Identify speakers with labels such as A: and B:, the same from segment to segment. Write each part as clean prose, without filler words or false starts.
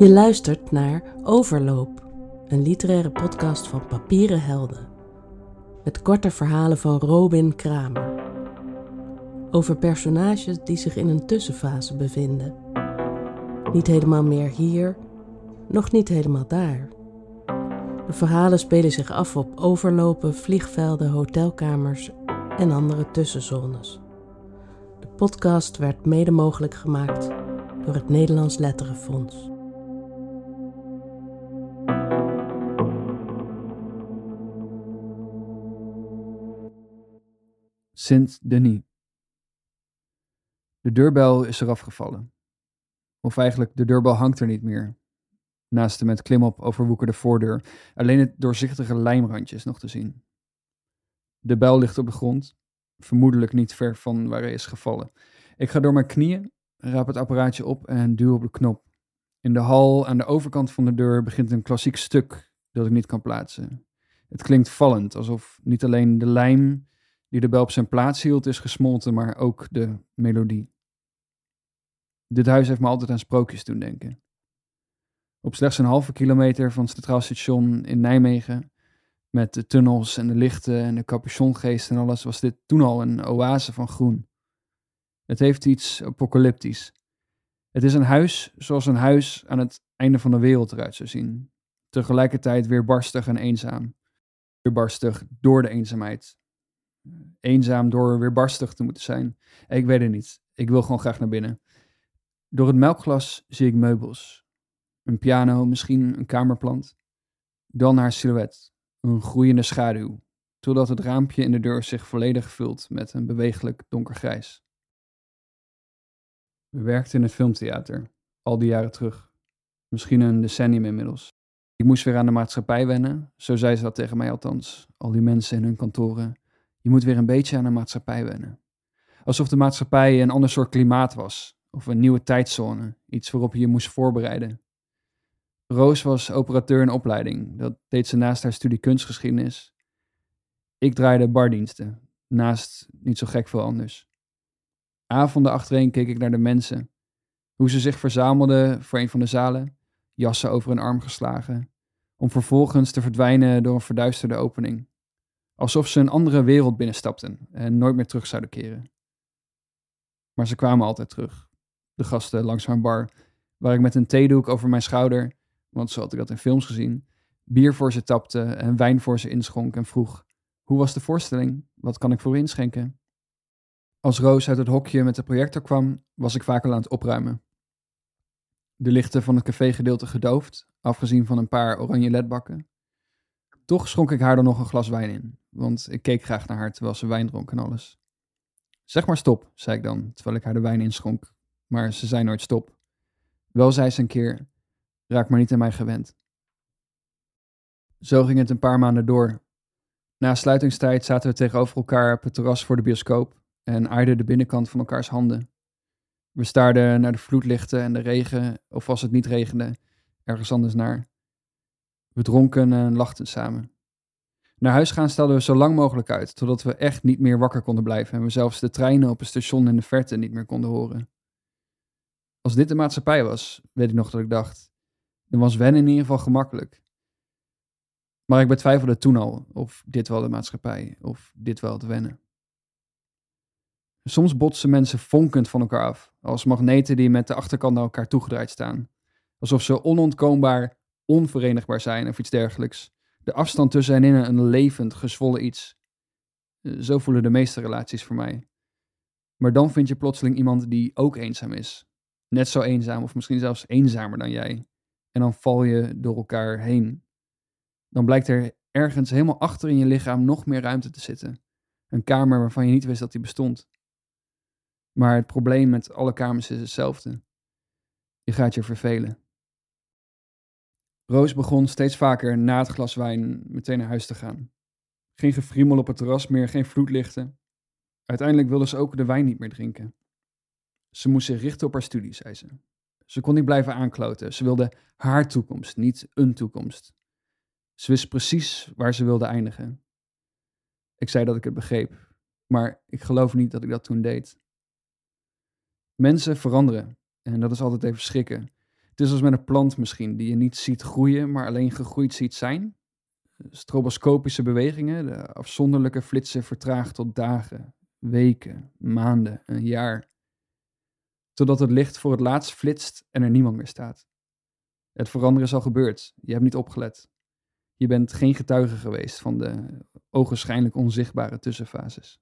A: Je luistert naar Overloop, een literaire podcast van Papieren Helden. Met korte verhalen van Robin Kramer. Over personages die zich in een tussenfase bevinden. Niet helemaal meer hier, nog niet helemaal daar. De verhalen spelen zich af op overlopen, vliegvelden, hotelkamers en andere tussenzones. De podcast werd mede mogelijk gemaakt door het Nederlands Letterenfonds.
B: Sint-Denis. De deurbel is eraf gevallen. Of eigenlijk, de deurbel hangt er niet meer. Naast de met klimop overwoekerde voordeur, alleen het doorzichtige lijmrandje is nog te zien. De bel ligt op de grond, vermoedelijk niet ver van waar hij is gevallen. Ik ga door mijn knieën, raap het apparaatje op en duw op de knop. In de hal aan de overkant van de deur begint een klassiek stuk dat ik niet kan plaatsen. Het klinkt vallend, alsof niet alleen de lijm die de bel op zijn plaats hield is gesmolten, maar ook de melodie. Dit huis heeft me altijd aan sprookjes doen denken. Op slechts een halve kilometer van het Centraal Station in Nijmegen, met de tunnels en de lichten en de capuchongeest en alles, was dit toen al een oase van groen. Het heeft iets apocalyptisch. Het is een huis zoals een huis aan het einde van de wereld eruit zou zien. Tegelijkertijd weerbarstig en eenzaam. Weerbarstig door de eenzaamheid. Eenzaam door weerbarstig te moeten zijn. Ik weet het niet. Ik wil gewoon graag naar binnen. Door het melkglas zie ik meubels. Een piano, misschien een kamerplant. Dan haar silhouet. Een groeiende schaduw. Totdat het raampje in de deur zich volledig vult met een bewegelijk donkergrijs. We werkten in het filmtheater. Al die jaren terug. Misschien een decennium inmiddels. Ik moest weer aan de maatschappij wennen. Zo zei ze dat tegen mij althans. Al die mensen in hun kantoren. Je moet weer een beetje aan de maatschappij wennen. Alsof de maatschappij een ander soort klimaat was. Of een nieuwe tijdzone. Iets waarop je je moest voorbereiden. Roos was operateur in opleiding. Dat deed ze naast haar studie kunstgeschiedenis. Ik draaide bardiensten. Naast niet zo gek veel anders. Avonden achtereen keek ik naar de mensen. Hoe ze zich verzamelden voor een van de zalen. Jassen over hun arm geslagen. Om vervolgens te verdwijnen door een verduisterde opening. Alsof ze een andere wereld binnenstapten en nooit meer terug zouden keren. Maar ze kwamen altijd terug. De gasten langs mijn bar, waar ik met een theedoek over mijn schouder, want zo had ik dat in films gezien, bier voor ze tapte en wijn voor ze inschonk en vroeg: hoe was de voorstelling? Wat kan ik voor u inschenken? Als Roos uit het hokje met de projector kwam, was ik vaak al aan het opruimen. De lichten van het cafégedeelte gedoofd, afgezien van een paar oranje ledbakken. Toch schonk ik haar dan nog een glas wijn in, want ik keek graag naar haar terwijl ze wijn dronk en alles. Zeg maar stop, zei ik dan, terwijl ik haar de wijn inschonk, maar ze zei nooit stop. Wel zei ze een keer, raak maar niet aan mij gewend. Zo ging het een paar maanden door. Na sluitingstijd zaten we tegenover elkaar op het terras voor de bioscoop en aaiden de binnenkant van elkaars handen. We staarden naar de vloedlichten en de regen, of als het niet regende, ergens anders naar. We dronken en lachten samen. Naar huis gaan stelden we zo lang mogelijk uit, totdat we echt niet meer wakker konden blijven en we zelfs de treinen op het station in de verte niet meer konden horen. Als dit de maatschappij was, weet ik nog dat ik dacht, dan was wennen in ieder geval gemakkelijk. Maar ik betwijfelde toen al of dit wel de maatschappij, of dit wel het wennen. Soms botsen mensen vonkend van elkaar af, als magneten die met de achterkant naar elkaar toegedraaid staan. Alsof ze onontkoombaar onverenigbaar zijn of iets dergelijks. De afstand tussen hen in een levend, gezwollen iets. Zo voelen de meeste relaties voor mij. Maar dan vind je plotseling iemand die ook eenzaam is. Net zo eenzaam of misschien zelfs eenzamer dan jij. En dan val je door elkaar heen. Dan blijkt er ergens helemaal achter in je lichaam nog meer ruimte te zitten. Een kamer waarvan je niet wist dat die bestond. Maar het probleem met alle kamers is hetzelfde. Je gaat je vervelen. Roos begon steeds vaker na het glas wijn meteen naar huis te gaan. Geen gefriemel op het terras meer, geen vloedlichten. Uiteindelijk wilde ze ook de wijn niet meer drinken. Ze moest zich richten op haar studie, zei ze. Ze kon niet blijven aankloten. Ze wilde haar toekomst, niet een toekomst. Ze wist precies waar ze wilde eindigen. Ik zei dat ik het begreep, maar ik geloof niet dat ik dat toen deed. Mensen veranderen en dat is altijd even schrikken. Het is als met een plant misschien, die je niet ziet groeien, maar alleen gegroeid ziet zijn. Stroboscopische bewegingen, de afzonderlijke flitsen vertraagd tot dagen, weken, maanden, een jaar. Totdat het licht voor het laatst flitst en er niemand meer staat. Het veranderen is al gebeurd, je hebt niet opgelet. Je bent geen getuige geweest van de ogenschijnlijk onzichtbare tussenfases.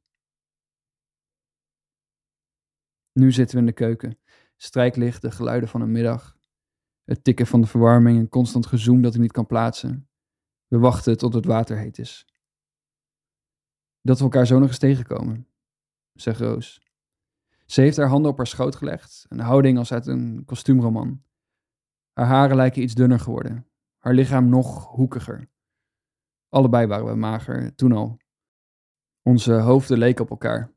B: Nu zitten we in de keuken, strijklicht, de geluiden van een middag, het tikken van de verwarming en constant gezoem dat ik niet kan plaatsen. We wachten tot het water heet is. Dat we elkaar zo nog eens tegenkomen, zegt Roos. Ze heeft haar handen op haar schoot gelegd, een houding als uit een kostuumroman. Haar haren lijken iets dunner geworden, haar lichaam nog hoekiger. Allebei waren we mager, toen al. Onze hoofden leken op elkaar.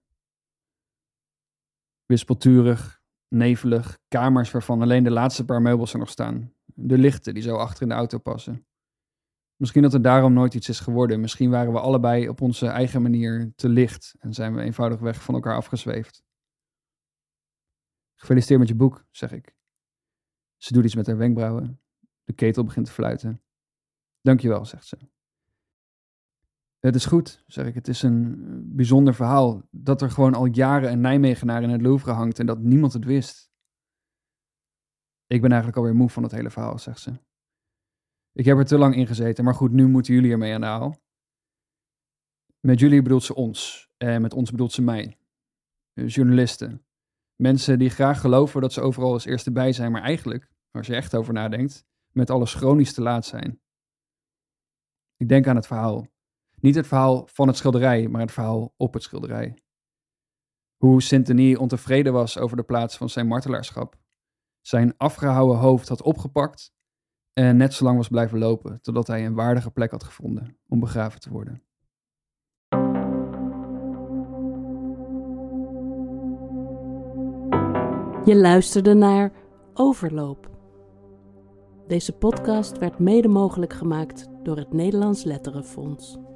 B: Wispelturig, nevelig, kamers waarvan alleen de laatste paar meubels er nog staan. De lichten die zo achter in de auto passen. Misschien dat er daarom nooit iets is geworden. Misschien waren we allebei op onze eigen manier te licht en zijn we eenvoudigweg van elkaar afgezweefd. Gefeliciteerd met je boek, zeg ik. Ze doet iets met haar wenkbrauwen. De ketel begint te fluiten. Dankjewel, zegt ze. Het is goed, zeg ik. Het is een bijzonder verhaal. Dat er gewoon al jaren een Nijmegenaar in het Louvre hangt en dat niemand het wist. Ik ben eigenlijk alweer moe van het hele verhaal, zegt ze. Ik heb er te lang in gezeten, maar goed, nu moeten jullie ermee aan de haal. Met jullie bedoelt ze ons. En met ons bedoelt ze mij. Journalisten. Mensen die graag geloven dat ze overal als eerste bij zijn, maar eigenlijk, als je echt over nadenkt, met alles chronisch te laat zijn. Ik denk aan het verhaal. Niet het verhaal van het schilderij, maar het verhaal op het schilderij. Hoe Saint-Denis ontevreden was over de plaats van zijn martelaarschap. Zijn afgehouwen hoofd had opgepakt en net zo lang was blijven lopen, totdat hij een waardige plek had gevonden om begraven te worden.
A: Je luisterde naar Overloop. Deze podcast werd mede mogelijk gemaakt door het Nederlands Letterenfonds.